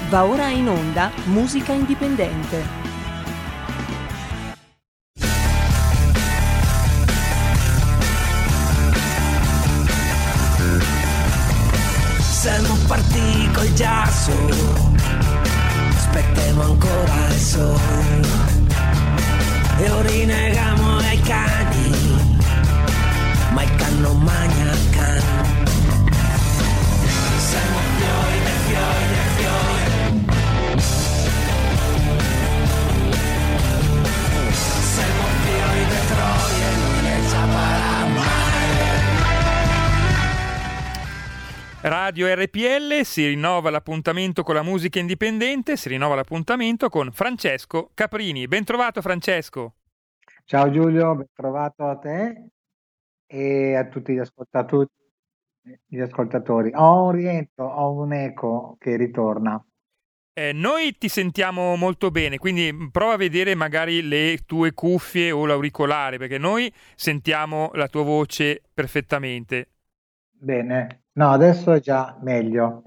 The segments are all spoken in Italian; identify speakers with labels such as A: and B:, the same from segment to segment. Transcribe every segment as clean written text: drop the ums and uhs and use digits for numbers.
A: Va ora in onda Musica Indipendente.
B: Siamo partiti col giasso, aspettiamo ancora il sole e orinegamo ai cani, ma il can non magna il can. Siamo fiori de fiori de fiori, siamo fiori de troie, lui ne saprà mai.
C: Radio RPL si rinnova l'appuntamento con la musica indipendente, si rinnova l'appuntamento con Francesco Caprini. Ben trovato Francesco.
D: Ciao Giulio, ben trovato a te e a tutti gli ascoltatori. Ho un rientro, ho un eco che ritorna.
C: Noi ti sentiamo molto bene, quindi prova a vedere magari le tue cuffie o l'auricolare, perché noi sentiamo la tua voce perfettamente.
D: Bene, no, adesso è già meglio.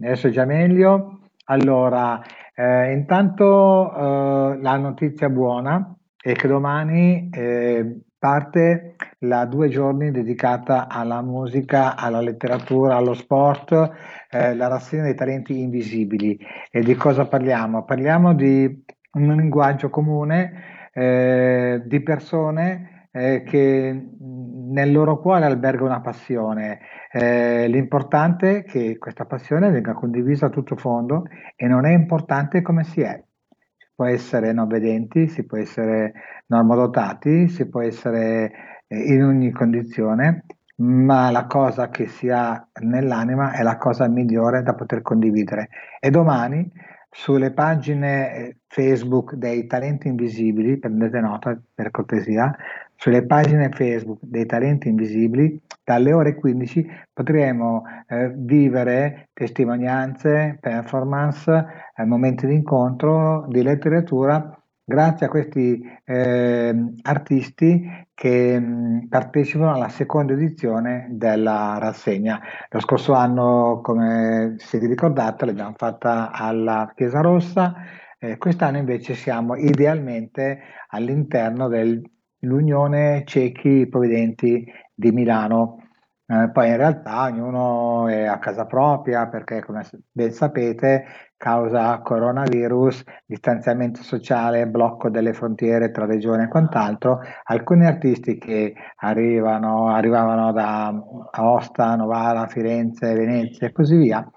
D: Allora, intanto la notizia buona è che domani parte la 2 giorni dedicata alla musica, alla letteratura, allo sport, la rassegna dei talenti invisibili. E di cosa parliamo? Parliamo di un linguaggio comune di persone che nel loro cuore alberga una passione. L'importante è che questa passione venga condivisa a tutto fondo e non è importante come si è. Si può essere non vedenti, si può essere normodotati, si può essere in ogni condizione, ma la cosa che si ha nell'anima è la cosa migliore da poter condividere. E domani sulle pagine Facebook dei Talenti Invisibili, prendete nota per cortesia, sulle pagine Facebook dei Talenti Invisibili, dalle ore 15 potremo vivere testimonianze, performance, momenti di incontro, di letteratura, grazie a questi artisti che partecipano alla seconda edizione della rassegna. Lo scorso anno, come se vi ricordate, l'abbiamo fatta alla Chiesa Rossa, quest'anno invece siamo idealmente all'interno dell'Unione Cechi Ipovedenti di Milano. Poi in realtà ognuno è a casa propria perché, come ben sapete, causa coronavirus, distanziamento sociale, blocco delle frontiere tra regioni e quant'altro, alcuni artisti che arrivavano da Aosta, Novara, Firenze, Venezia e così via,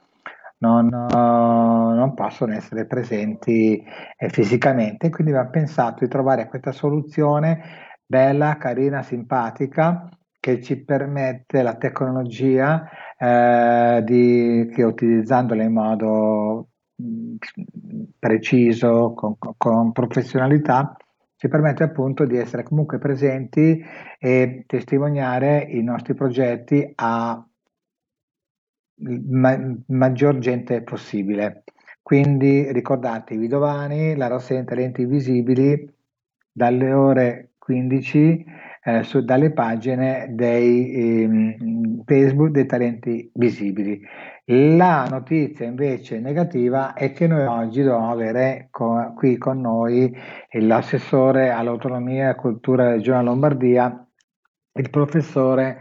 D: non possono essere presenti fisicamente, quindi abbiamo pensato di trovare questa soluzione bella, carina, simpatica, che ci permette la tecnologia che utilizzandola in modo preciso, con professionalità, ci permette appunto di essere comunque presenti e testimoniare i nostri progetti a maggior gente possibile. Quindi ricordatevi, domani la rassegna Talenti Visibili dalle ore 15 dalle pagine dei Facebook dei Talenti Visibili. La notizia invece negativa è che noi oggi dobbiamo avere qui con noi l'assessore all'autonomia e alla cultura della Regione Lombardia, il professore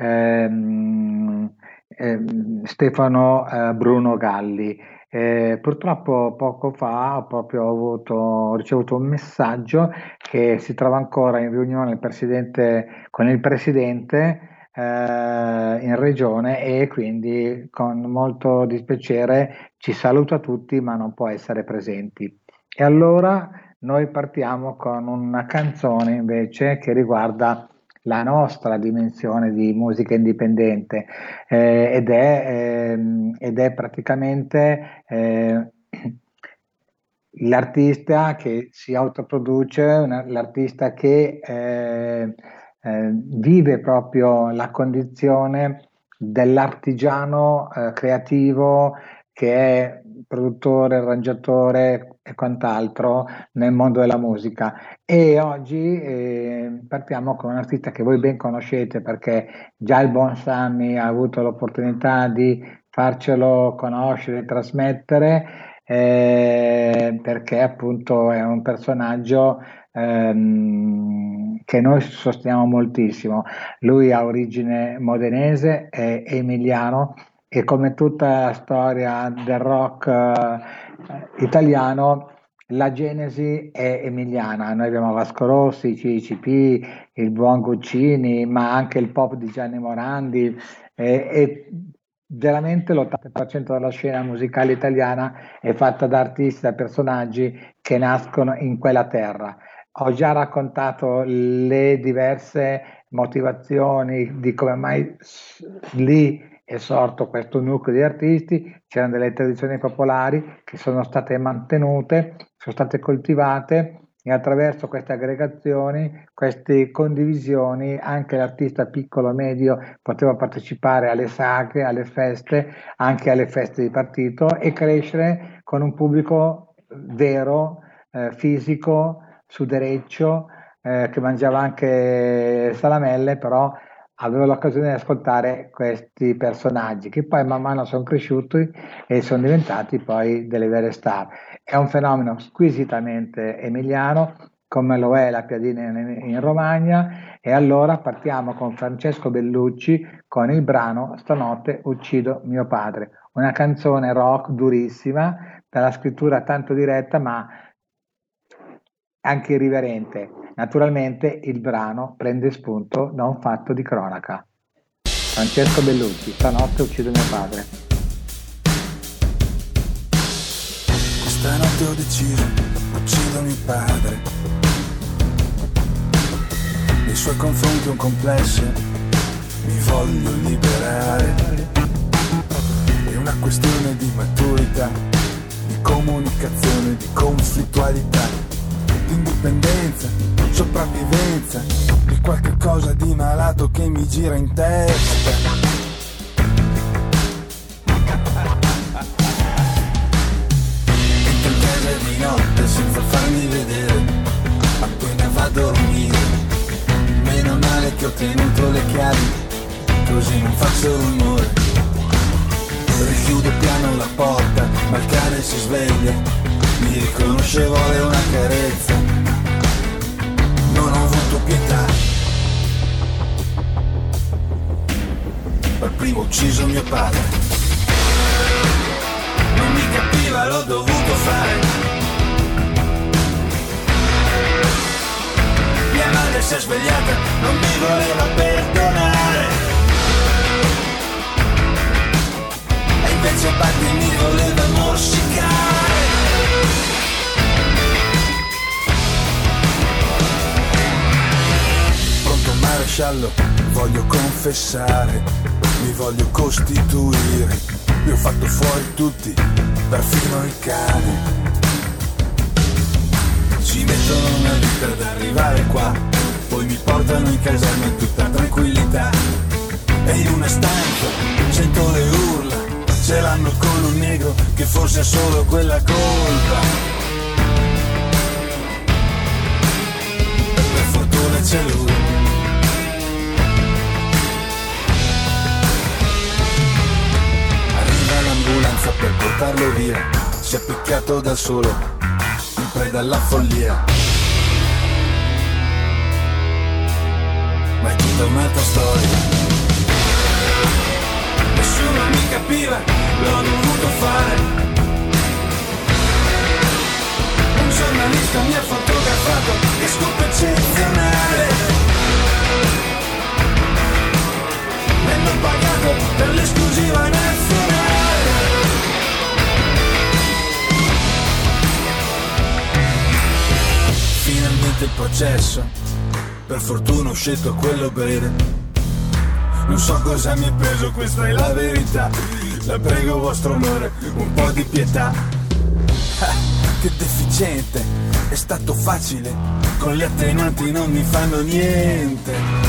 D: Stefano Bruno Galli. Purtroppo poco fa ho ricevuto un messaggio che si trova ancora in riunione con il presidente in regione e quindi con molto dispiacere ci saluta tutti ma non può essere presenti. E allora noi partiamo con una canzone invece che riguarda la nostra dimensione di musica indipendente ed è praticamente l'artista che si autoproduce, l'artista che vive proprio la condizione dell'artigiano creativo che è produttore, arrangiatore e quant'altro nel mondo della musica. E oggi partiamo con un artista che voi ben conoscete perché già il buon Sammy ha avuto l'opportunità di farcelo conoscere e trasmettere. perché appunto è un personaggio che noi sosteniamo moltissimo. Lui ha origine modenese, è emiliano, e come tutta la storia del rock italiano, la genesi è emiliana. Noi abbiamo Vasco Rossi, CCP, il buon Guccini, ma anche il pop di Gianni Morandi, e veramente l'80% della scena musicale italiana è fatta da artisti, da personaggi che nascono in quella terra. Ho già raccontato le diverse motivazioni di come mai lì è sorto questo nucleo di artisti. C'erano delle tradizioni popolari che sono state mantenute, sono state coltivate, e attraverso queste aggregazioni, queste condivisioni, anche l'artista piccolo medio poteva partecipare alle sagre, alle feste, anche alle feste di partito, e crescere con un pubblico vero, fisico, sudereccio, che mangiava anche salamelle, però avevo l'occasione di ascoltare questi personaggi che poi man mano sono cresciuti e sono diventati poi delle vere star. È un fenomeno squisitamente emiliano, come lo è la piadina in Romagna, e allora partiamo con Francesco Bellucci con il brano Stanotte uccido mio padre, una canzone rock durissima, dalla scrittura tanto diretta ma anche irriverente. Naturalmente il brano prende spunto da un fatto di cronaca. Francesco Bellucci, Stanotte uccido mio padre.
E: Stanotte ho deciso, uccido mio padre. Nei suoi confronti un complesso, mi voglio liberare. È una questione di maturità, di comunicazione, di conflittualità, di indipendenza, sopravvivenza, di qualche cosa di malato che mi gira in testa. Entro in casa di notte senza farmi vedere, appena vado a dormire. Meno male che ho tenuto le chiavi, così non faccio rumore. Richiudo piano la porta, ma il cane si sveglia, mi riconosce, vuole una carezza. Non ho avuto pietà, per primo ho ucciso mio padre. Non mi capiva, l'ho dovuto fare. Mia madre si è svegliata, non mi voleva perdonare, e invece Batti mi voleva morsicare. Maresciallo, voglio confessare, mi voglio costituire. Vi ho fatto fuori tutti, perfino il cane. Ci mettono una vita ad arrivare qua, poi mi portano in caserma in tutta tranquillità. E in una stanza sento le urla, ce l'hanno con un negro che forse ha solo quella colpa. Per fortuna c'è lui. L'ambulanza per portarlo via, si è picchiato da solo, in preda alla follia. Ma è tutta un'altra storia. Nessuno mi capiva, l'ho dovuto fare. Un giornalista mi ha fotografato, che scopo eccezionale. Mi hanno pagato per l'esclusiva nazionale. Finalmente il processo, per fortuna ho scelto quello breve. Non so cosa mi è preso, questa è la verità. La prego vostro onore, un po' di pietà. Che deficiente, è stato facile, con le attenuanti non mi fanno niente.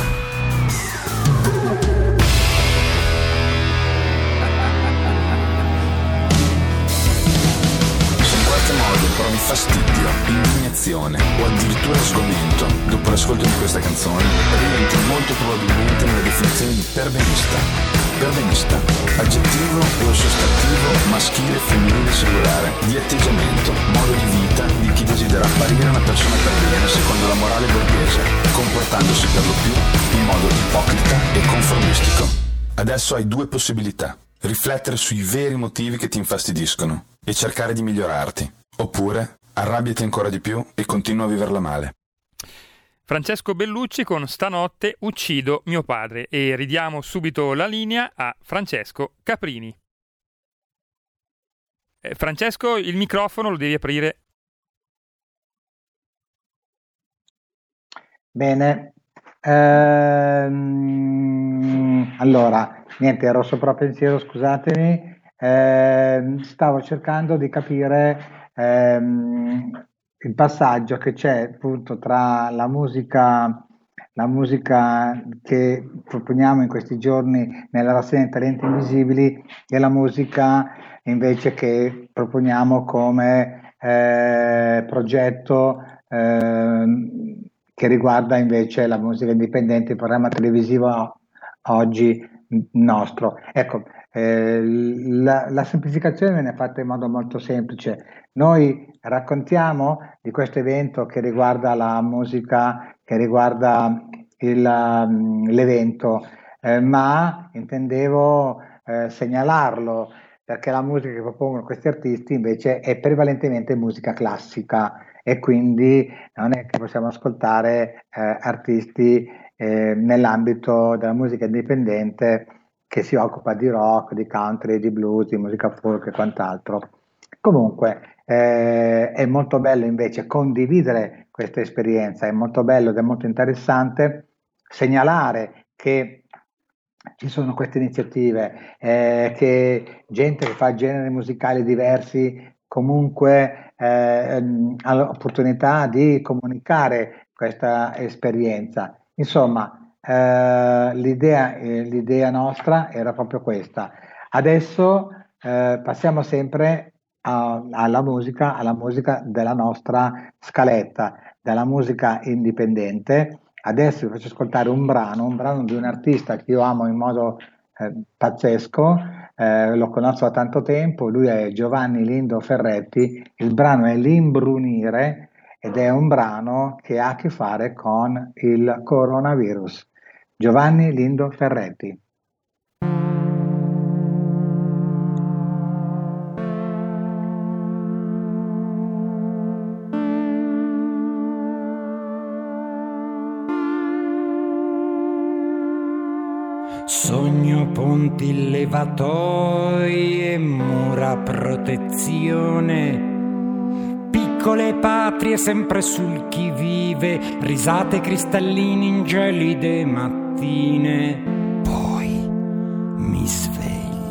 E: fastidio, indignazione o addirittura sgomento dopo l'ascolto di questa canzone, rientri molto probabilmente nella definizione di perbenista. Perbenista, aggettivo o sostantivo maschile, femminile, singolare, di atteggiamento, modo di vita di chi desidera apparire una persona per bene secondo la morale borghese, comportandosi per lo più in modo ipocrita e conformistico. Adesso hai due possibilità: riflettere sui veri motivi che ti infastidiscono e cercare di migliorarti, oppure arrabbiati ancora di più e continua a viverla male.
C: Francesco Bellucci con Stanotte uccido mio padre, e ridiamo subito la linea a Francesco Caprini. Francesco, il microfono lo devi aprire.
D: Bene, allora, niente, ero sopra pensiero, scusatemi, stavo cercando di capire il passaggio che c'è appunto tra la musica che proponiamo in questi giorni nella rassegna Talenti Invisibili e la musica invece che proponiamo come progetto che riguarda invece la musica indipendente, il programma televisivo oggi nostro. Ecco, la semplificazione viene fatta in modo molto semplice. Noi raccontiamo di questo evento che riguarda la musica, che riguarda l'evento, ma intendevo segnalarlo, perché la musica che propongono questi artisti invece è prevalentemente musica classica, e quindi non è che possiamo ascoltare artisti nell'ambito della musica indipendente che si occupa di rock, di country, di blues, di musica folk e quant'altro. Comunque è molto bello invece condividere questa esperienza, è molto bello ed è molto interessante segnalare che ci sono queste iniziative, che gente che fa generi musicali diversi comunque ha l'opportunità di comunicare questa esperienza. Insomma, l'idea nostra era proprio questa. Adesso passiamo sempre alla musica della nostra scaletta, della musica indipendente. Adesso vi faccio ascoltare un brano di un artista che io amo in modo pazzesco, lo conosco da tanto tempo, lui è Giovanni Lindo Ferretti, il brano è L'imbrunire ed è un brano che ha a che fare con il coronavirus. Giovanni Lindo Ferretti.
F: Sogno ponti, levatoi e mura protezione, piccole patrie sempre sul chi vive, risate cristallini in gelide mattine. Poi mi sveglio.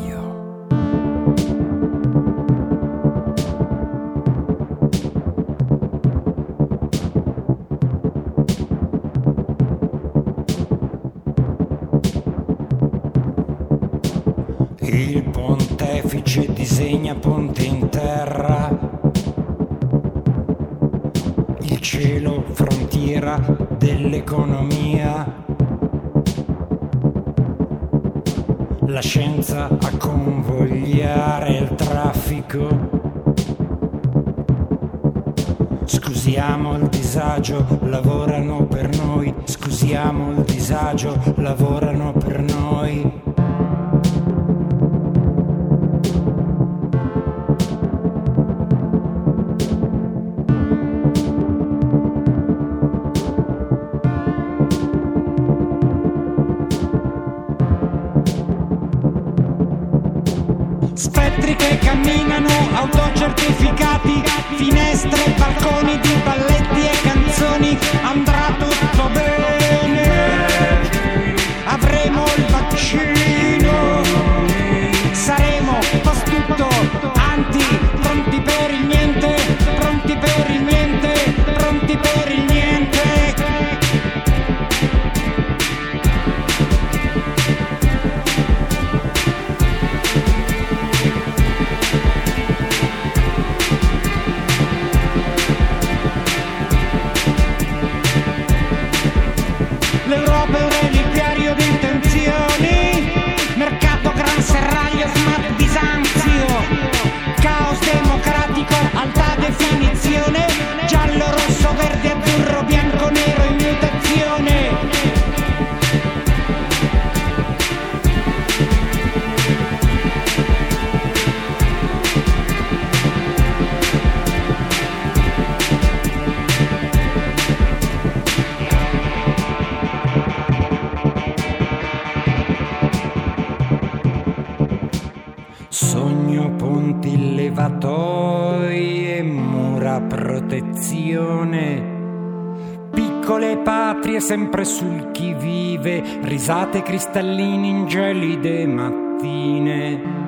F: Il pontefice disegna ponte in terra, il cielo frontiera dell'economia, la scienza a convogliare il traffico. Scusiamo il disagio, lavorano per noi, scusiamo il disagio, lavorano per noi. Spettri che camminano, autocertificati, finestre, balconi di balletti e canzoni. Andrà tutto bene, avremo il vaccino, saremo post tutto anti, pronti per il niente, pronti per il niente, pronti per il niente. Sogno ponti levatoi e mura a protezione, piccole patrie sempre sul chi vive, risate cristalline in gelide mattine.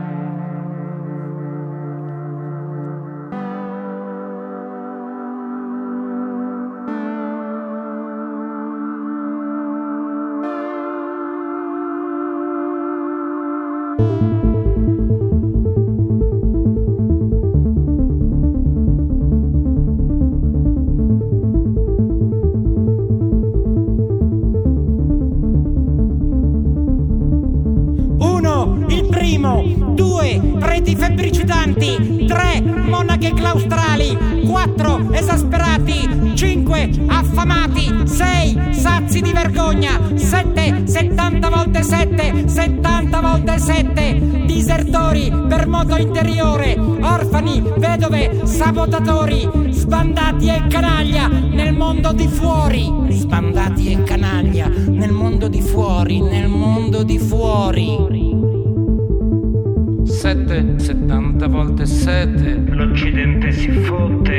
F: Preti febbricidanti, 3 monache claustrali, 4 esasperati, 5 affamati, 6 sazi di vergogna, 7 70 volte 7, 70 volte 7 disertori per moto interiore, orfani, vedove, sabotatori, sbandati e canaglia nel mondo di fuori, sbandati e canaglia nel mondo di fuori, nel mondo di fuori. 7, 70 volte 7. L'Occidente si fotte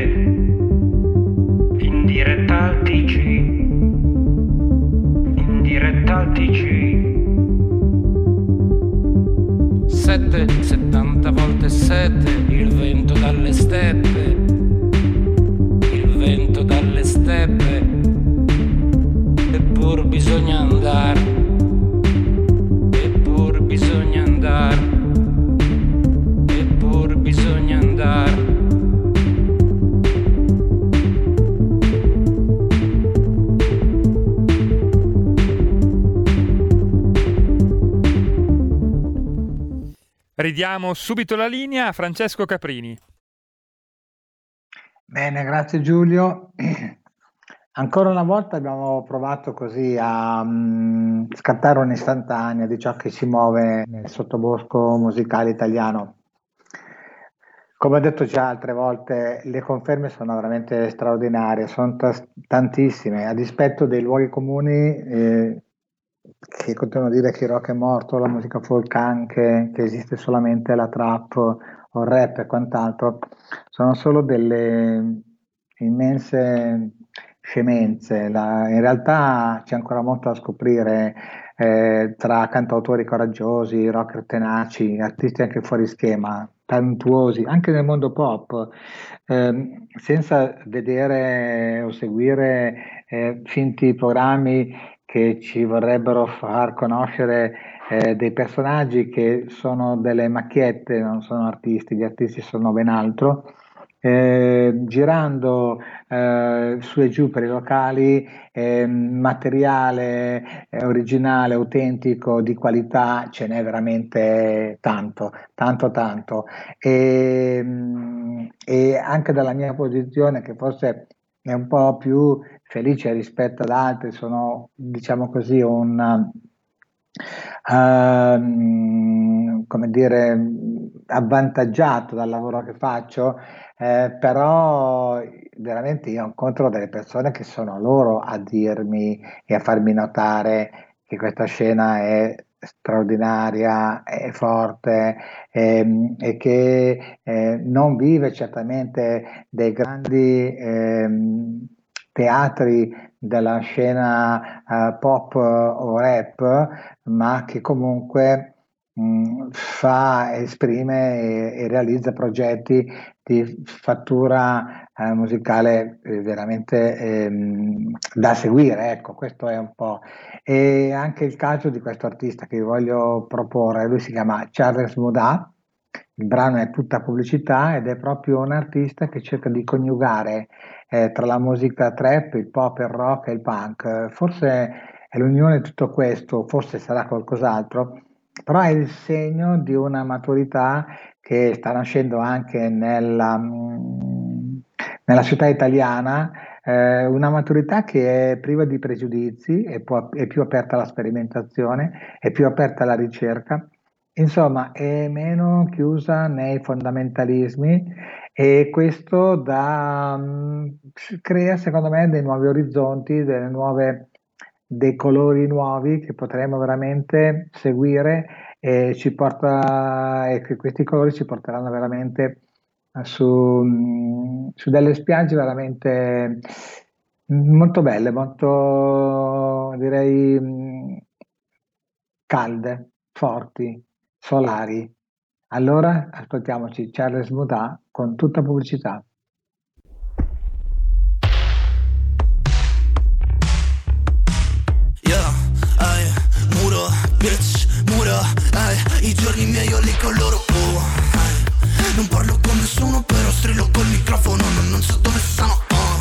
F: in diretta al TG, in diretta al TG. 7, 70 volte 7. Il vento dalle steppe, il vento dalle steppe. Eppur bisogna andare, eppur bisogna andare, bisogna andare.
C: Ridiamo subito la linea a Francesco Caprini.
D: Bene, grazie Giulio. Ancora una volta abbiamo provato così a scattare un'istantanea di ciò che si muove nel sottobosco musicale italiano. Come ho detto già altre volte, le conferme sono veramente straordinarie, sono tantissime, a dispetto dei luoghi comuni che continuano a dire che il rock è morto, la musica folk anche, che esiste solamente la trap o il rap e quant'altro, sono solo delle immense scemenze. In realtà c'è ancora molto da scoprire tra cantautori coraggiosi, rocker tenaci, artisti anche fuori schema, talentuosi, anche nel mondo pop, senza vedere o seguire finti programmi che ci vorrebbero far conoscere dei personaggi che sono delle macchiette, non sono artisti, gli artisti sono ben altro. Girando su e giù per i locali, materiale originale, autentico, di qualità, ce n'è veramente tanto, tanto. E anche dalla mia posizione, che forse è un po' più felice rispetto ad altri, sono, diciamo così, come dire, avvantaggiato dal lavoro che faccio, però veramente io incontro delle persone che sono loro a dirmi e a farmi notare che questa scena è straordinaria, è forte, e che non vive certamente dei grandi teatri della scena pop o rap, ma che comunque esprime e realizza progetti di fattura musicale veramente da seguire, ecco, questo è un po'. E anche il caso di questo artista che vi voglio proporre, lui si chiama Charles Moda, il brano è tutta pubblicità ed è proprio un artista che cerca di coniugare tra la musica trap, il pop, il rock e il punk. Forse è l'unione di tutto questo, forse sarà qualcos'altro, però è il segno di una maturità che sta nascendo anche nella città italiana, una maturità che è priva di pregiudizi, è più aperta alla sperimentazione, è più aperta alla ricerca, insomma è meno chiusa nei fondamentalismi, e questo crea secondo me dei nuovi orizzonti, dei colori nuovi che potremo veramente seguire e ci porta, e che questi colori ci porteranno veramente su delle spiagge veramente molto belle, molto direi calde, forti, solari. Allora ascoltiamoci Charles Mutat con Tutta pubblicità.
B: Muro, bitch, muro, i giorni miei io li con loro, non parlo con nessuno però strillo col microfono, non so dove sono,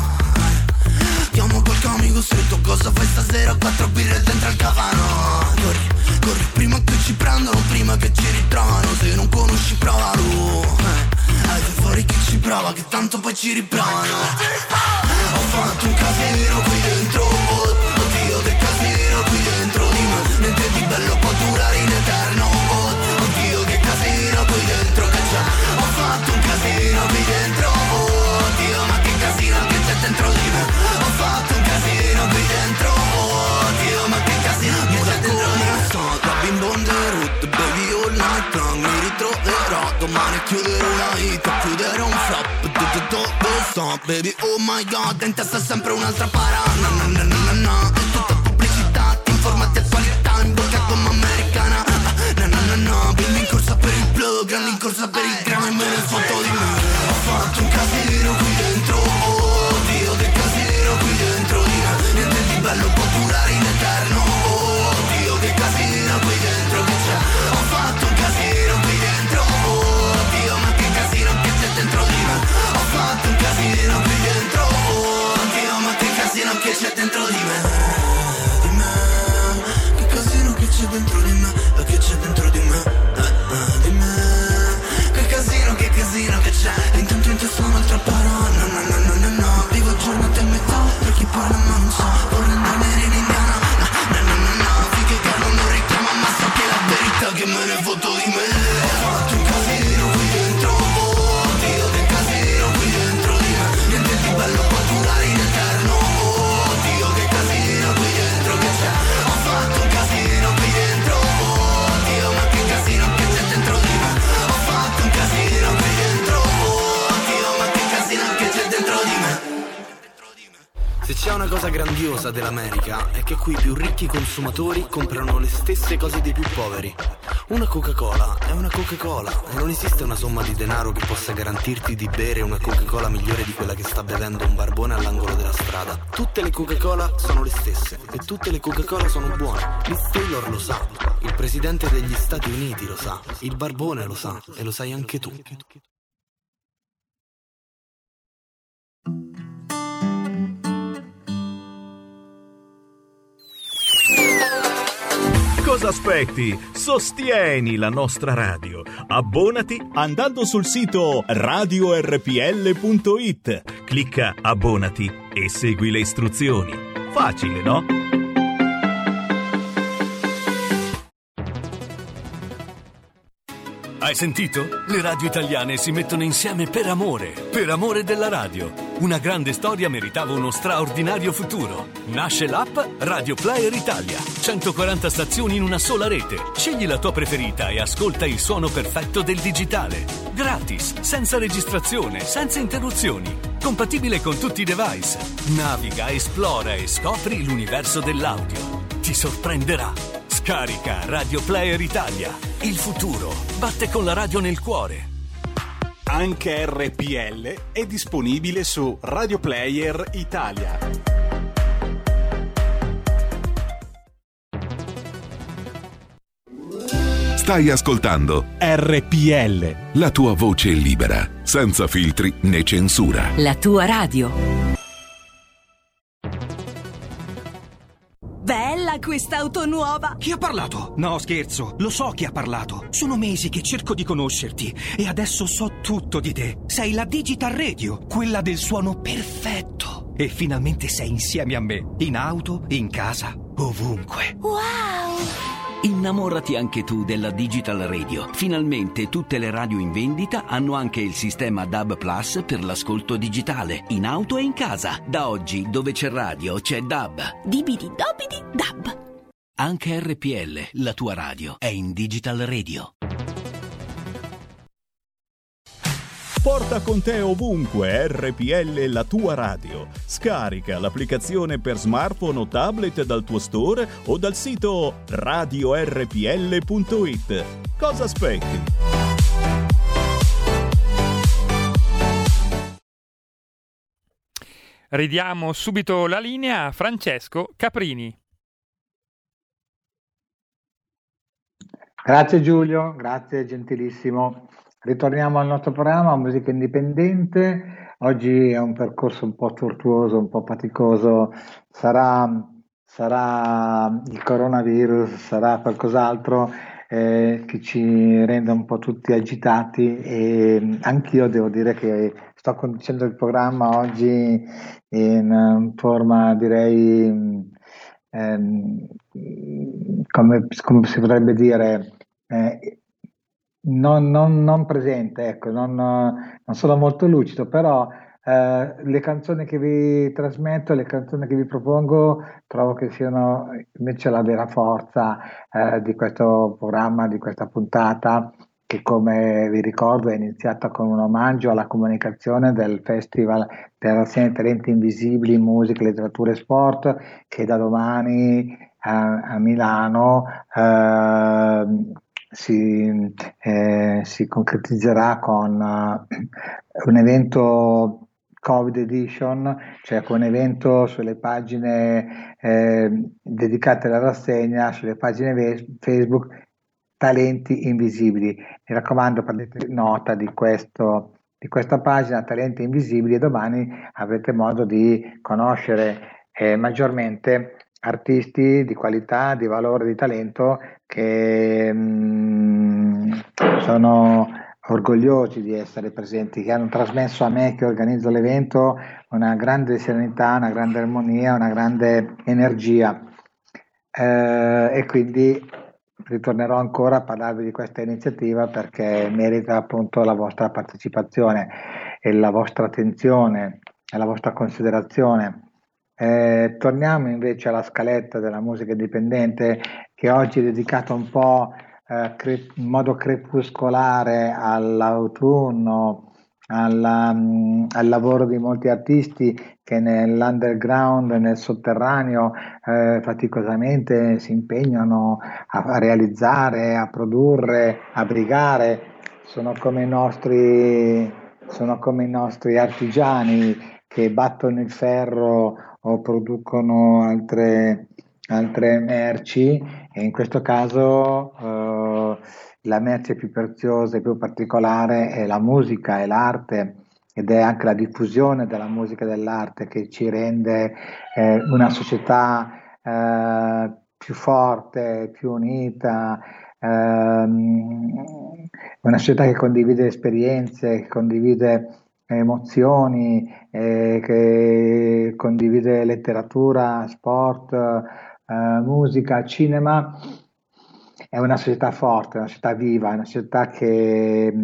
B: chiamo qualche amico stretto, cosa fai stasera? 4 birre dentro al cavano, corri prima che ci prendono, prima che ci ritrovano, se non conosci provalo, fai fuori chi ci prova, che tanto poi ci riprovano. Ho fatto un casino qui dentro, oddio che casino qui dentro di me, niente di bello può durare in eterno, oddio che casino qui dentro che c'è. Ho fatto un casino qui dentro, oddio ma che casino che c'è dentro di me. Ho fatto un casino qui dentro, oddio ma che casino che c'è dentro di me. Da bimbo on the road, baby all night long, mi ritroverò domani a chiudere una hit, a chiudere un flop, stop, baby, oh my god, in testa sempre un'altra parana, è tutta pubblicità, ti informati attualità, in bocca come americana, bimbi in corsa per il plug, grandi in corsa per il gram, e me ne foto di me. Ho fatto un casino qui dentro, oddio che casino qui dentro di me, niente di bello può durare in eterno, oddio che casino qui dentro che c'è. Ho fatto un casino qui dentro, oddio ma che casino che c'è dentro di me. Ho fatto un casino qui dentro, oddio ma che casino che c'è dentro di me. Di me, che casino che c'è dentro di me, che c'è dentro di me, di me, che casino che c'è. Intanto in testa un'altra parola, no, vivo giornate a metà, per chi parla ma non so, vorrei andare in indiana, no, finché che non richiama ma so che la verità che me ne foto di me. Ho fatto un casino qui dentro, oddio che casino qui dentro di me, niente di bello può durare in eterno, oddio che casino qui dentro che c'è. Ho fatto un casino qui dentro, oddio ma che casino che c'è dentro di me. Ho fatto un casino qui dentro, oddio ma che casino che c'è dentro di me. Se c'è una cosa grandiosa dell'America è che qui i più ricchi consumatori comprano le stesse cose dei più poveri. Una Coca-Cola è una Coca-Cola e non esiste una somma di denaro che possa garantirti di bere una Coca-Cola migliore di quella che sta bevendo un barbone all'angolo della strada. Tutte le Coca-Cola sono le stesse e tutte le Coca-Cola sono buone. Liz Taylor lo sa, il presidente degli Stati Uniti lo sa, il barbone lo sa e lo sai anche tu.
G: Cosa aspetti? Sostieni la nostra radio. Abbonati andando sul sito radiorpl.it. Clicca abbonati e segui le istruzioni. Facile, no?
H: Hai sentito? Le radio italiane si mettono insieme per amore della radio. Una grande storia meritava uno straordinario futuro. Nasce l'app Radio Player Italia. 140 stazioni in una sola rete. Scegli la tua preferita e ascolta il suono perfetto del digitale. Gratis, senza registrazione, senza interruzioni. Compatibile con tutti i device. Naviga, esplora e scopri l'universo dell'audio. Ti sorprenderà. Scarica Radio Player Italia. Il futuro batte con la radio nel cuore.
I: Anche RPL è disponibile su Radio Player Italia.
J: Stai ascoltando
I: RPL,
J: la tua voce libera, senza filtri né censura.
A: La tua radio. Bella quest'auto nuova!
F: Chi ha parlato? No, scherzo, lo so chi ha parlato. Sono mesi che cerco di conoscerti e adesso so tutto di te. Sei la Digital Radio, quella del suono perfetto. E finalmente sei insieme a me, in auto, in casa, ovunque.
A: Wow!
K: Innamorati anche tu della Digital Radio. Finalmente tutte le radio in vendita hanno anche il sistema DAB Plus per l'ascolto digitale, in auto e in casa. Da oggi, dove c'è radio, c'è DAB.
A: Dibidi dobidi dab.
K: Anche RPL, la tua radio, è in Digital Radio.
G: Porta con te ovunque RPL, la tua radio. Scarica l'applicazione per smartphone o tablet dal tuo store o dal sito radiorpl.it. Cosa aspetti?
C: Ridiamo subito la linea a Francesco Caprini.
D: Grazie Giulio, grazie gentilissimo. Ritorniamo al nostro programma Musica Indipendente. Oggi è un percorso un po' tortuoso, un po' faticoso. Sarà il coronavirus, sarà qualcos'altro che ci rende un po' tutti agitati, e anch'io devo dire che sto conducendo il programma oggi in forma, direi, come si potrebbe dire, non presente, ecco, non sono molto lucido, però le canzoni che vi trasmetto, le canzoni che vi propongo, trovo che siano invece la vera forza di questo programma, di questa puntata, che, come vi ricordo, è iniziata con un omaggio alla comunicazione del Festival della rassegna Talenti Invisibili in Musica, Letteratura e Sport, che da domani a Milano si concretizzerà con un evento Covid Edition, cioè con un evento sulle pagine dedicate alla rassegna, sulle pagine Facebook Talenti Invisibili. Mi raccomando, prendete nota di questa pagina Talenti Invisibili, e domani avrete modo di conoscere maggiormente artisti di qualità, di valore, di talento, che sono orgogliosi di essere presenti, che hanno trasmesso a me, che organizzo l'evento, una grande serenità, una grande armonia, una grande energia, e quindi ritornerò ancora a parlarvi di questa iniziativa, perché merita appunto la vostra partecipazione e la vostra attenzione e la vostra considerazione. Torniamo invece alla scaletta della musica indipendente, che oggi è dedicata un po' in modo crepuscolare all'autunno, al lavoro di molti artisti che nell'underground, nel sotterraneo, faticosamente si impegnano a realizzare, a produrre, a brigare. Sono come i nostri artigiani che battono il ferro o producono altre merci, e in questo caso la merce più preziosa e più particolare è la musica e l'arte, ed è anche la diffusione della musica e dell'arte che ci rende una società più forte, più unita, una società che condivide esperienze, che condivide emozioni, che condivide letteratura, sport, musica, cinema. È una società forte, una società viva, una società che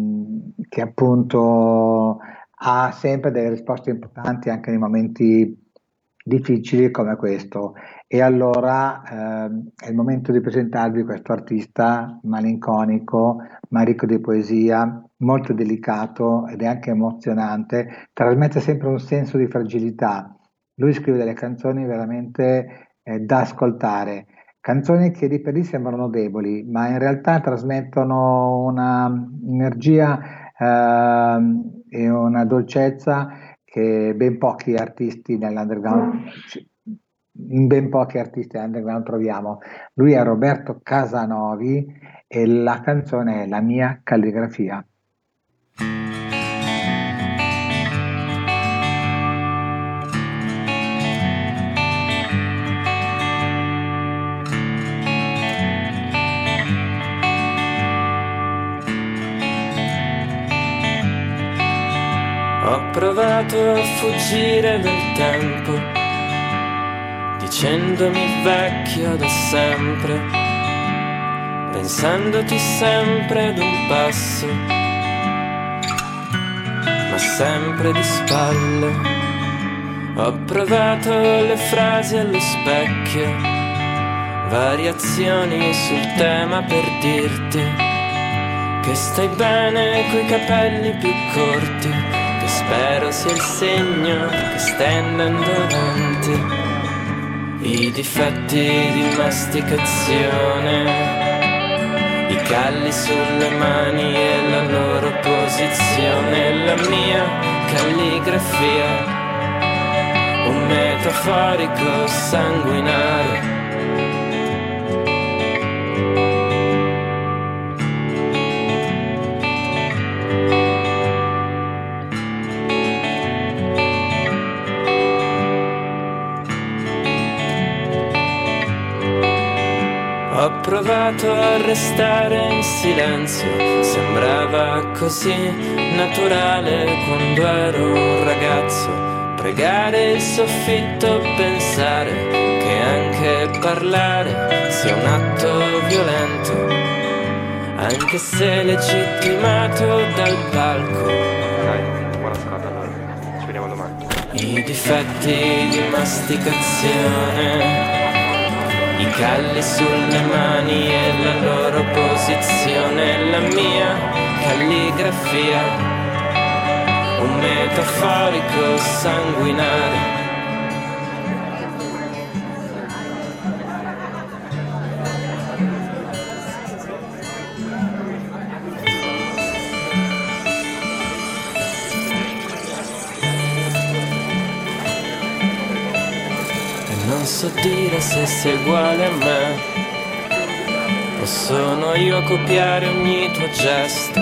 D: appunto ha sempre delle risposte importanti anche nei momenti difficili come questo. E allora è il momento di presentarvi questo artista malinconico, ma ricco di poesia, molto delicato ed è anche emozionante, trasmette sempre un senso di fragilità. Lui scrive delle canzoni veramente da ascoltare, canzoni che di per lì sembrano deboli, ma in realtà trasmettono una energia e una dolcezza che in ben pochi artisti nell'underground troviamo. Lui è Roberto Casanovi e la canzone è La mia calligrafia.
L: Ho provato a fuggire dal tempo, dicendomi vecchio da sempre, pensandoti sempre ad un passo, ma sempre di spalle. Ho provato le frasi allo specchio, variazioni sul tema per dirti che stai bene coi capelli più corti, che spero sia il segno che stai andando avanti. I difetti di masticazione, i calli sulle mani e la loro posizione, la mia calligrafia, un metaforico sanguinare. Ho provato a restare in silenzio, sembrava così naturale quando ero un ragazzo. Pregare il soffitto, pensare che anche parlare sia un atto violento, anche se legittimato dal palco.
M: Dai, buona serata allora, ci vediamo domani.
L: I difetti di masticazione, i calli sulle mani e la loro posizione, la mia calligrafia, un metaforico sanguinare. Non so dire se sei uguale a me, o sono io a copiare ogni tuo gesto.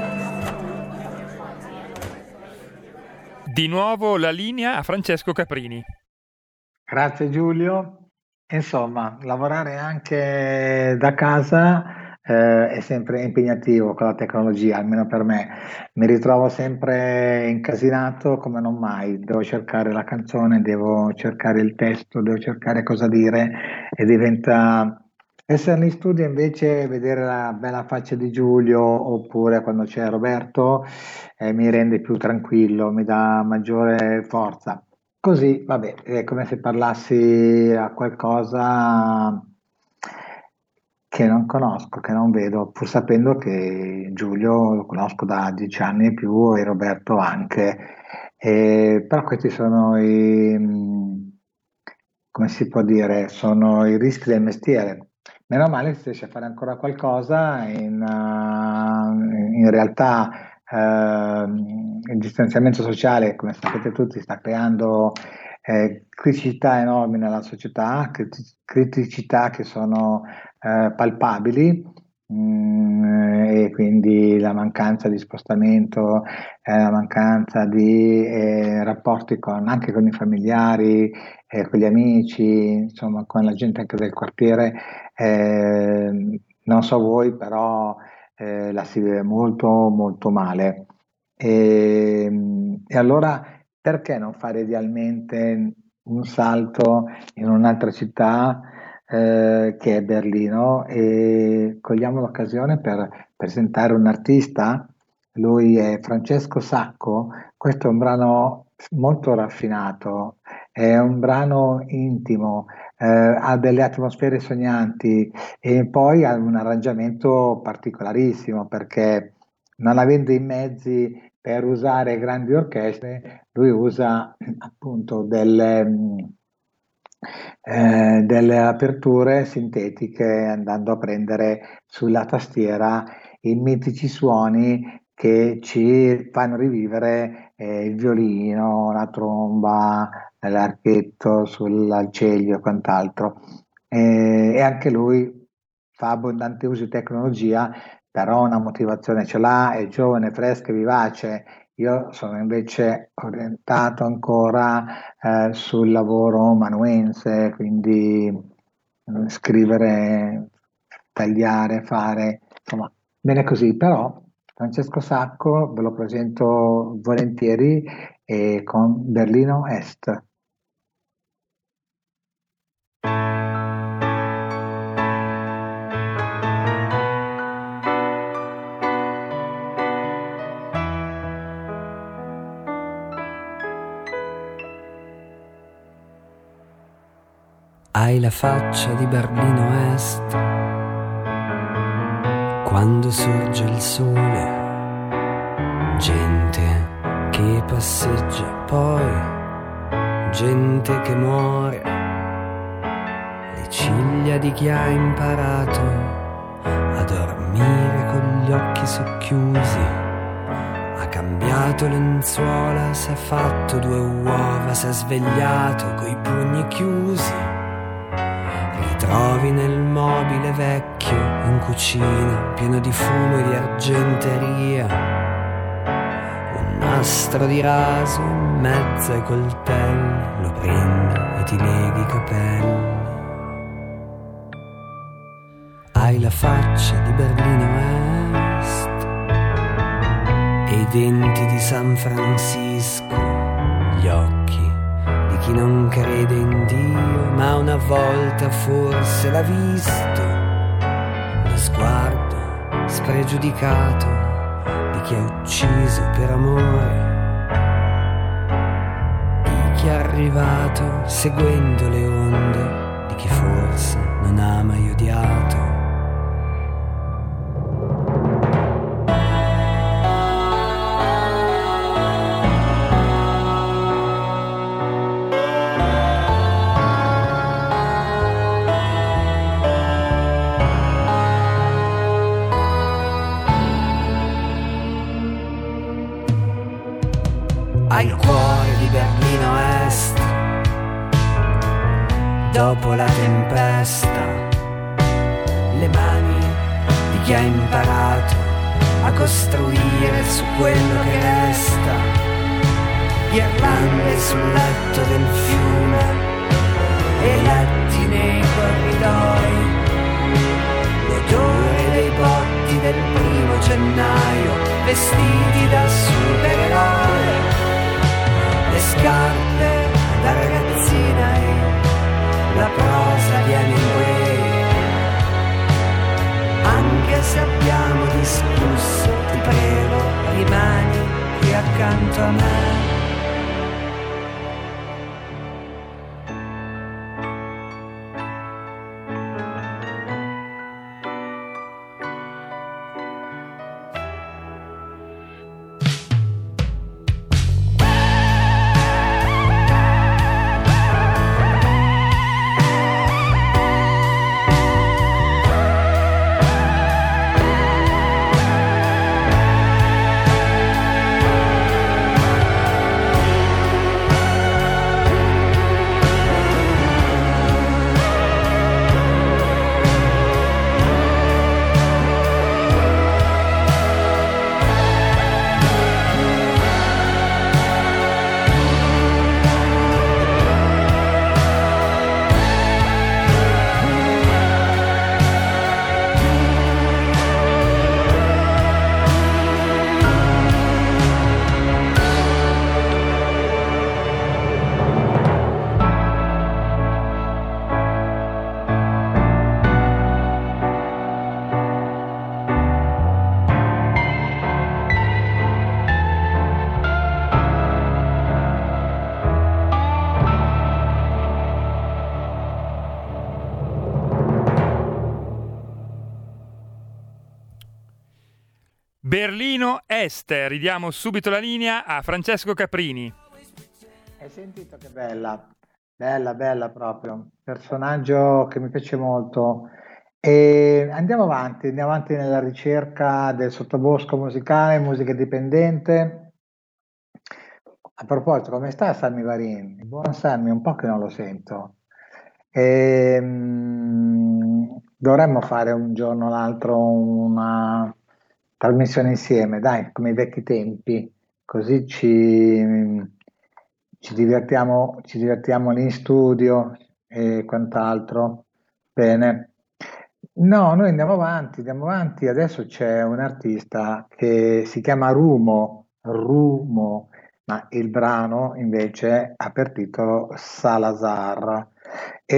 C: Di nuovo la linea a Francesco Caprini.
D: Grazie Giulio. Insomma, lavorare anche da casa è sempre impegnativo con la tecnologia, almeno per me. Mi ritrovo sempre incasinato come non mai. Devo cercare la canzone, devo cercare il testo, devo cercare cosa dire e diventa... Essere in studio invece, vedere la bella faccia di Giulio oppure quando c'è Roberto mi rende più tranquillo, mi dà maggiore forza. Così, vabbè, è come se parlassi a qualcosa che non conosco, che non vedo, pur sapendo che Giulio lo conosco da 10 anni e più e Roberto anche. Però questi sono come si può dire, sono i rischi del mestiere. Meno male si riesce a fare ancora qualcosa, in realtà il distanziamento sociale, come sapete tutti, sta creando criticità enormi nella società, criticità che sono palpabili, e quindi la mancanza di spostamento, la mancanza di rapporti anche con i familiari, con gli amici, insomma con la gente anche del quartiere. Non so voi, però la si vive molto molto male. E allora perché non fare idealmente un salto in un'altra città che è Berlino, e cogliamo l'occasione per presentare un artista. Lui è Francesco Sacco. Questo è un brano molto raffinato, è un brano intimo, ha delle atmosfere sognanti e poi ha un arrangiamento particolarissimo, perché non avendo i mezzi per usare grandi orchestre, lui usa appunto delle aperture sintetiche, andando a prendere sulla tastiera i mitici suoni che ci fanno rivivere il violino, la tromba, l'archetto sull'arceglio e quant'altro. E anche lui fa abbondante uso di tecnologia, però una motivazione ce l'ha, è giovane, fresca e vivace. Io sono invece orientato ancora sul lavoro manuense, quindi scrivere, tagliare, fare, insomma, bene così. Però Francesco Sacco ve lo presento volentieri con Berlino Est.
N: Hai la faccia di Berlino Est, quando sorge il sole, gente che passeggia, poi gente che muore, le ciglia di chi ha imparato a dormire con gli occhi socchiusi, ha cambiato lenzuola, s'è fatto 2 uova, s'è svegliato coi pugni chiusi. Ritrovi nel mobile vecchio in cucina, pieno di fumo e di argenteria, un nastro di raso in mezzo ai coltelli, lo prendi e ti leghi i capelli. Hai la faccia di Berlino Est e i denti di San Francisco, gli occhi di chi non crede in Dio, ma una volta forse l'ha visto, lo sguardo spregiudicato di chi ha ucciso per amore, di chi è arrivato seguendo le onde, di chi forse non ha mai odiato. Hai il cuore di Berlino Est, dopo la tempesta, le mani di chi ha imparato a costruire su quello che resta, ghirlande sul letto del fiume e letti nei corridoi, l'odore dei botti del 1° gennaio, vestiti da supereroi, le scarpe da ragazzina e la prosa di Hemingway. Anche se abbiamo discusso, ti prego, rimani qui accanto a me.
C: Berlino Est, ridiamo subito la linea a Francesco Caprini.
D: Hai sentito che bella, bella proprio, personaggio che mi piace molto. E andiamo avanti nella ricerca del sottobosco musicale, musica indipendente. A proposito, come sta Sammy Varin? Il buon Sammy, un po' che non lo sento. Dovremmo fare un giorno o l'altro una trasmissione insieme, dai, come i vecchi tempi, così ci divertiamo lì in studio e quant'altro. Bene. No, noi andiamo avanti, adesso c'è un artista che si chiama Rumo, ma il brano invece ha per titolo Salazar.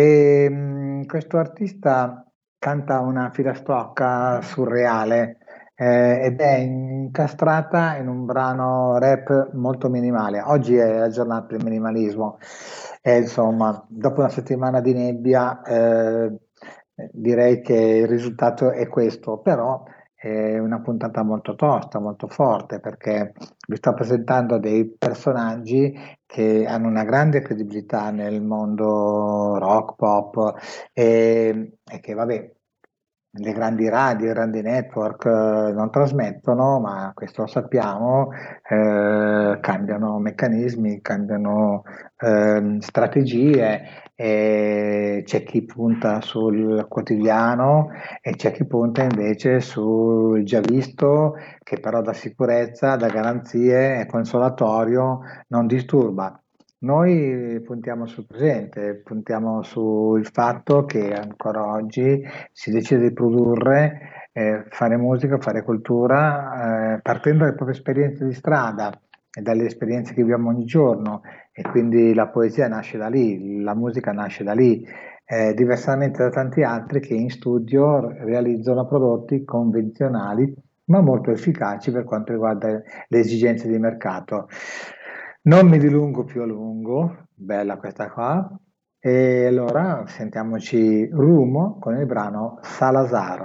D: E questo artista canta una filastrocca surreale, ed è incastrata in un brano rap molto minimale. Oggi è la giornata del minimalismo e insomma, dopo una settimana di nebbia, direi che il risultato è questo, però è una puntata molto tosta, molto forte, perché vi sto presentando dei personaggi che hanno una grande credibilità nel mondo rock, pop e che, vabbè, le grandi radio, i grandi network non trasmettono, ma questo lo sappiamo, cambiano meccanismi, cambiano strategie, e c'è chi punta sul quotidiano e c'è chi punta invece sul già visto, che però dà sicurezza, dà garanzie, è consolatorio, non disturba. Noi puntiamo sul presente, puntiamo sul fatto che ancora oggi si decide di produrre, fare musica, fare cultura, partendo dalle proprie esperienze di strada e dalle esperienze che viviamo ogni giorno, e quindi la poesia nasce da lì, la musica nasce da lì, diversamente da tanti altri che in studio realizzano prodotti convenzionali ma molto efficaci per quanto riguarda le esigenze di mercato. Non mi dilungo più a lungo, bella questa qua, e allora sentiamoci Rumo con il brano Salazar.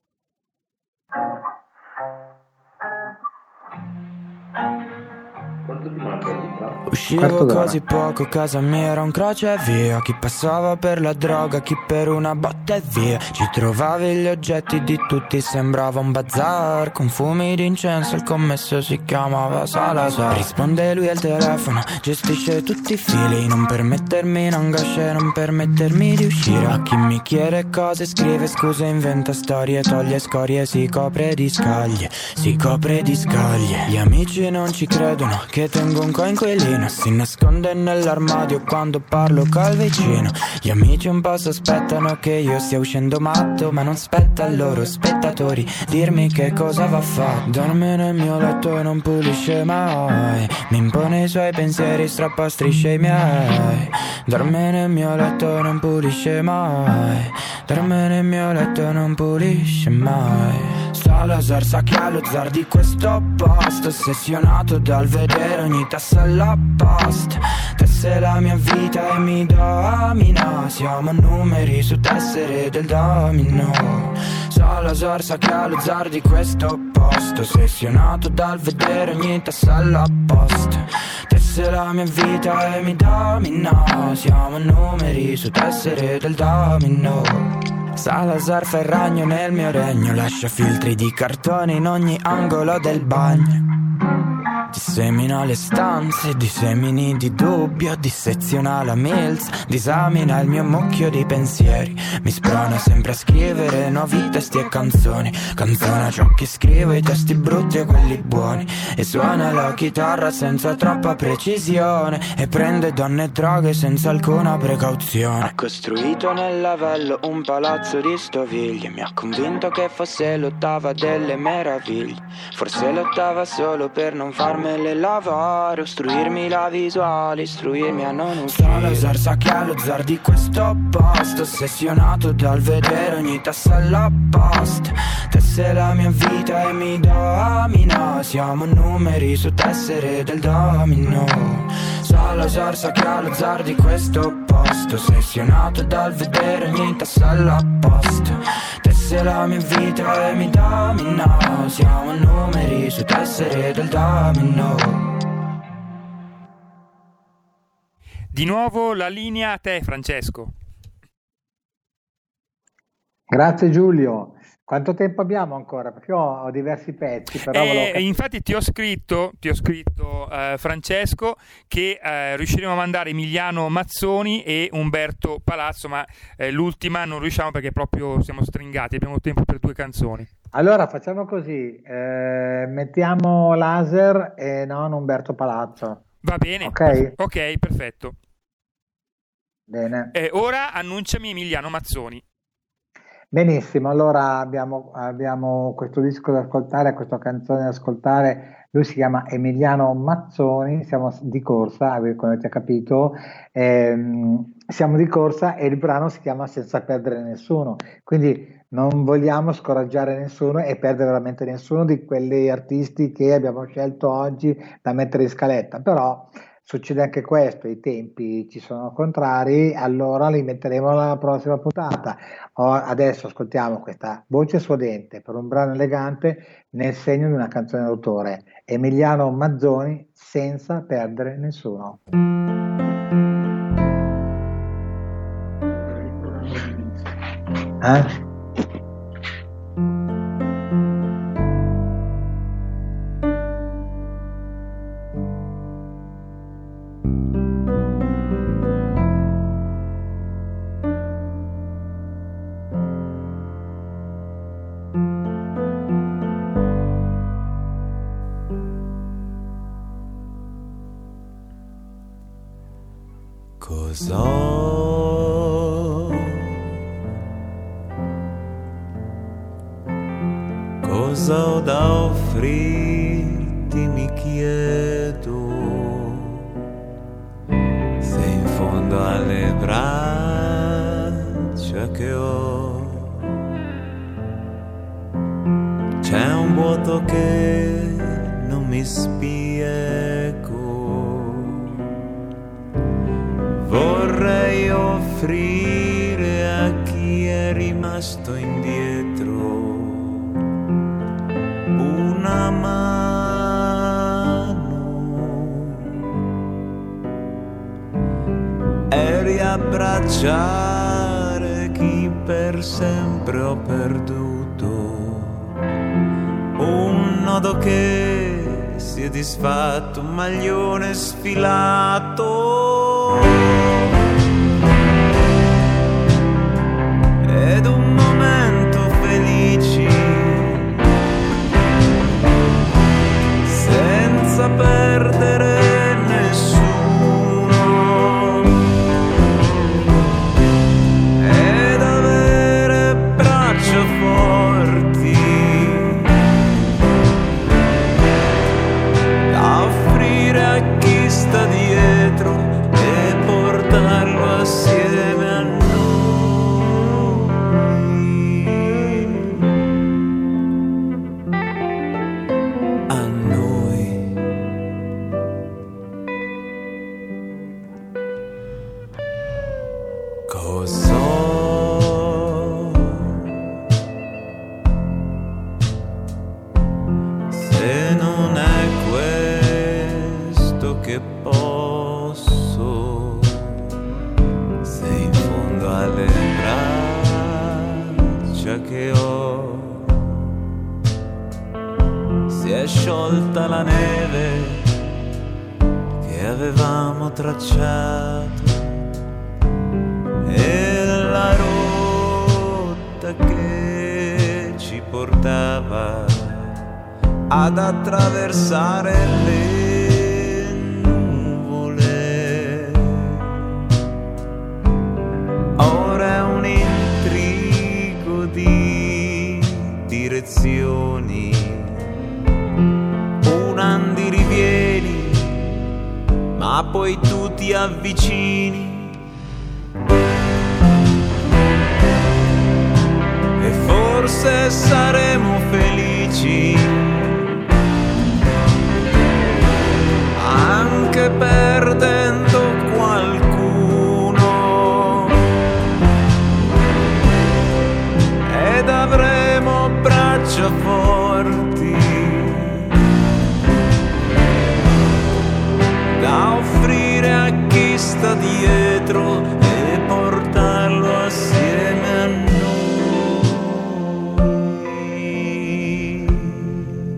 O: Uscivo così poco, casa mia era un crocevia. Chi passava per la droga, chi per una botta e via. Ci trovavi gli oggetti di tutti, sembrava un bazar. Con fumi d'incenso, il commesso si chiamava Salazar. Risponde lui al telefono, gestisce tutti i fili. Non permettermi in angoscia, non permettermi di uscire. A chi mi chiede cose scrive scuse, inventa storie, toglie scorie, si copre di scaglie, si copre di scaglie. Gli amici non ci credono che tengo un coinquilino, si nasconde nell'armadio quando parlo col vicino. Gli amici un po' sospettano che io stia uscendo matto, ma non spetta ai loro spettatori dirmi che cosa va fatto. Dorme nel mio letto e non pulisce mai, mi impone i suoi pensieri, strappa strisce i miei. Dorme nel mio letto e non pulisce mai, dorme nel mio letto e non pulisce mai. Salazar sa che è lo zar di questo posto, ossessionato dal vedere ogni tassa alla posta. Tesse la mia vita e mi domina, siamo numeri su tessere del domino. Salazar sa che è lo zar di questo posto, ossessionato dal vedere ogni tassa alla posta. Tesse la mia vita e mi domina, siamo numeri su tessere del domino. Salazar fa il ragno nel mio regno, lascia filtri di cartone in ogni angolo del bagno. Dissemina le stanze, dissemini di dubbio, disseziona la milz, disamina il mio mucchio di pensieri. Mi sprona sempre a scrivere nuovi testi e canzoni, canzona ciò che scrivo, i testi brutti e quelli buoni. E suona la chitarra senza troppa precisione, e prende donne e droghe senza alcuna precauzione. Ha costruito nel lavello un palazzo di stoviglie, mi ha convinto che fosse l'ottava delle meraviglie. Forse l'ottava solo per non farmele lavare, ostruirmi la visuale, istruirmi a non uscire. Salazar sa che è lo zar di questo posto, ossessionato dal vedere ogni tassa alla posta. Tesse la mia vita e mi domina, siamo numeri su tessere del domino. Salazar sa che è lo zar di questo posto, ossessionato dal vedere ogni tassa alla posta. Tesse la mia vita e mi domina, siamo numeri su tessere del domino.
C: Di nuovo la linea a te, Francesco.
D: Grazie Giulio. Quanto tempo abbiamo ancora? Perché ho diversi pezzi. Però
C: infatti ti ho scritto Francesco, che riusciremo a mandare Emiliano Mazzoni e Umberto Palazzo, ma l'ultima non riusciamo perché proprio siamo stringati, abbiamo tempo per 2 canzoni.
D: Allora facciamo così, mettiamo Laser e non Umberto Palazzo.
C: Va bene, ok, perfetto.
D: Bene.
C: Ora annunciami Emiliano Mazzoni.
D: Benissimo, allora abbiamo questo disco da ascoltare, questa canzone da ascoltare. Lui si chiama Emiliano Mazzoni, siamo di corsa, come avete capito, siamo di corsa e il brano si chiama Senza perdere nessuno, quindi non vogliamo scoraggiare nessuno e perdere veramente nessuno di quegli artisti che abbiamo scelto oggi da mettere in scaletta, però succede anche questo, i tempi ci sono contrari, allora li metteremo alla prossima puntata. Adesso ascoltiamo questa voce suadente per un brano elegante nel segno di una canzone d'autore, Emiliano Mazzoni, Senza perdere nessuno.
P: Cosa ho da offrirti, mi chiedo, se in fondo alle braccia che ho c'è un vuoto che non mi spiego. Vorrei offrire a chi è rimasto indietro una mano e riabbracciare chi per sempre ho perduto, un nodo che si è disfatto, un maglione sfilato ed un momento felici senza perdere nessuno ed avere braccia forti da offrire a chi sta dietro e portarlo assieme a noi. Se non è questo che posso, se in fondo alle braccia che ho si è sciolta la neve che avevamo tracciato e la rotta che ci portava ad attraversare le nuvole. Ora è un intrigo di direzioni, un andirivieni, ma poi tu ti avvicini e forse saremo felici anche perdendo qualcuno ed avremo braccia forti da offrire a chi sta dietro e portarlo assieme a noi.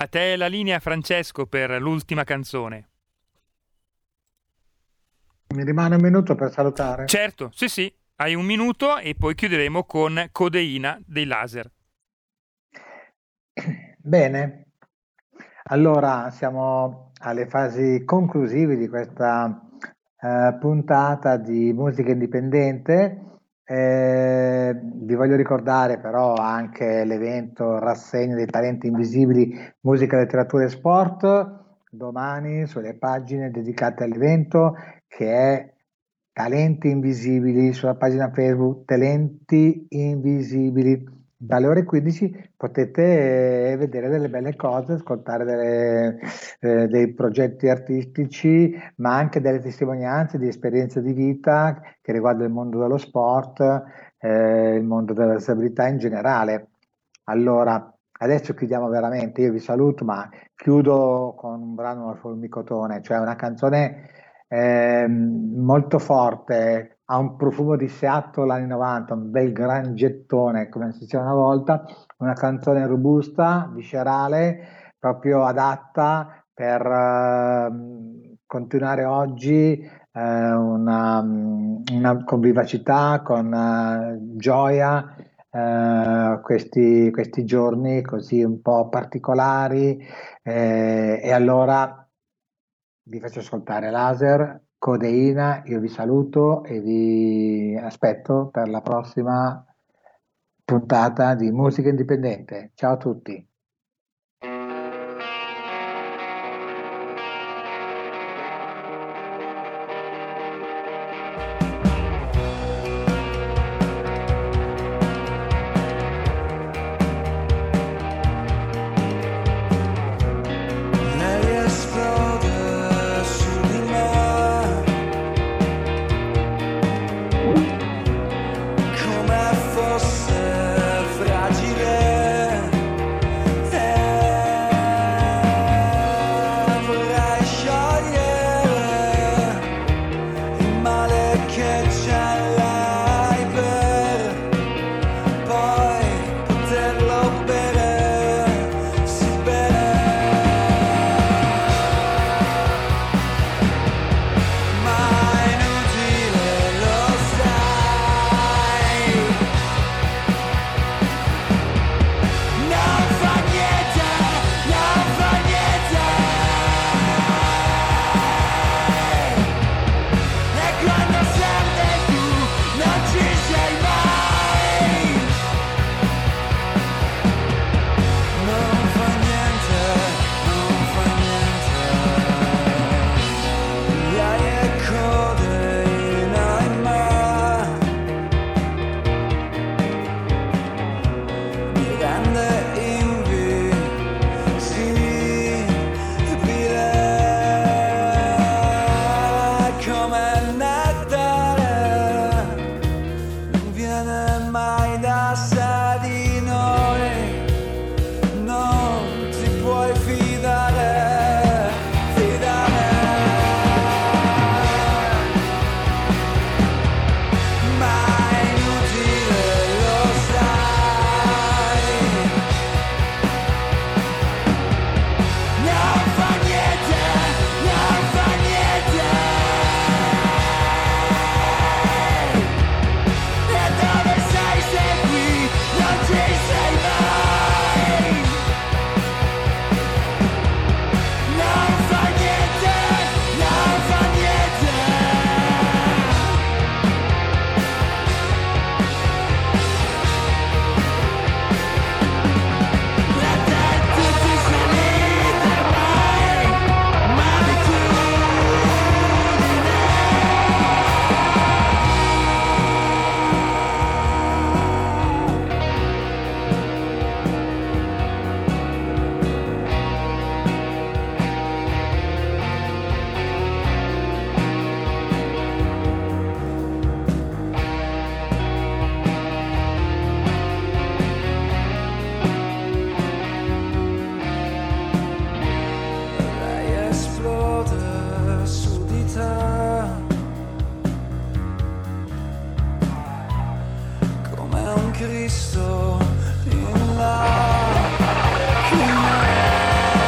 C: A te la linea, Francesco, per l'ultima canzone.
D: Mi rimane un minuto per salutare?
C: Certo, sì, hai un minuto e poi chiuderemo con Codeina dei Laser.
D: Bene, allora siamo alle fasi conclusive di questa puntata di musica indipendente. Vi voglio ricordare però anche l'evento Rassegna dei Talenti Invisibili Musica, Letteratura e Sport, domani sulle pagine dedicate all'evento, che è Talenti Invisibili, sulla pagina Facebook Talenti Invisibili. Dalle ore 15 potete vedere delle belle cose, ascoltare dei progetti artistici, ma anche delle testimonianze di esperienze di vita che riguardano il mondo dello sport, il mondo della disabilità in generale. Allora, adesso chiudiamo veramente, io vi saluto, ma chiudo con un brano al Formicotone, cioè una canzone molto forte, ha un profumo di Seattle anni 90, un bel gran gettone, come si diceva una volta, una canzone robusta, viscerale, proprio adatta per continuare oggi con vivacità, con gioia, questi giorni così un po' particolari, e allora vi faccio ascoltare Laser, Codeina. Io vi saluto e vi aspetto per la prossima puntata di Musica Indipendente. Ciao a tutti.
P: Cristo in là.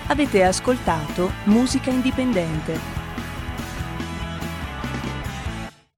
A: Avete ascoltato Musica Indipendente.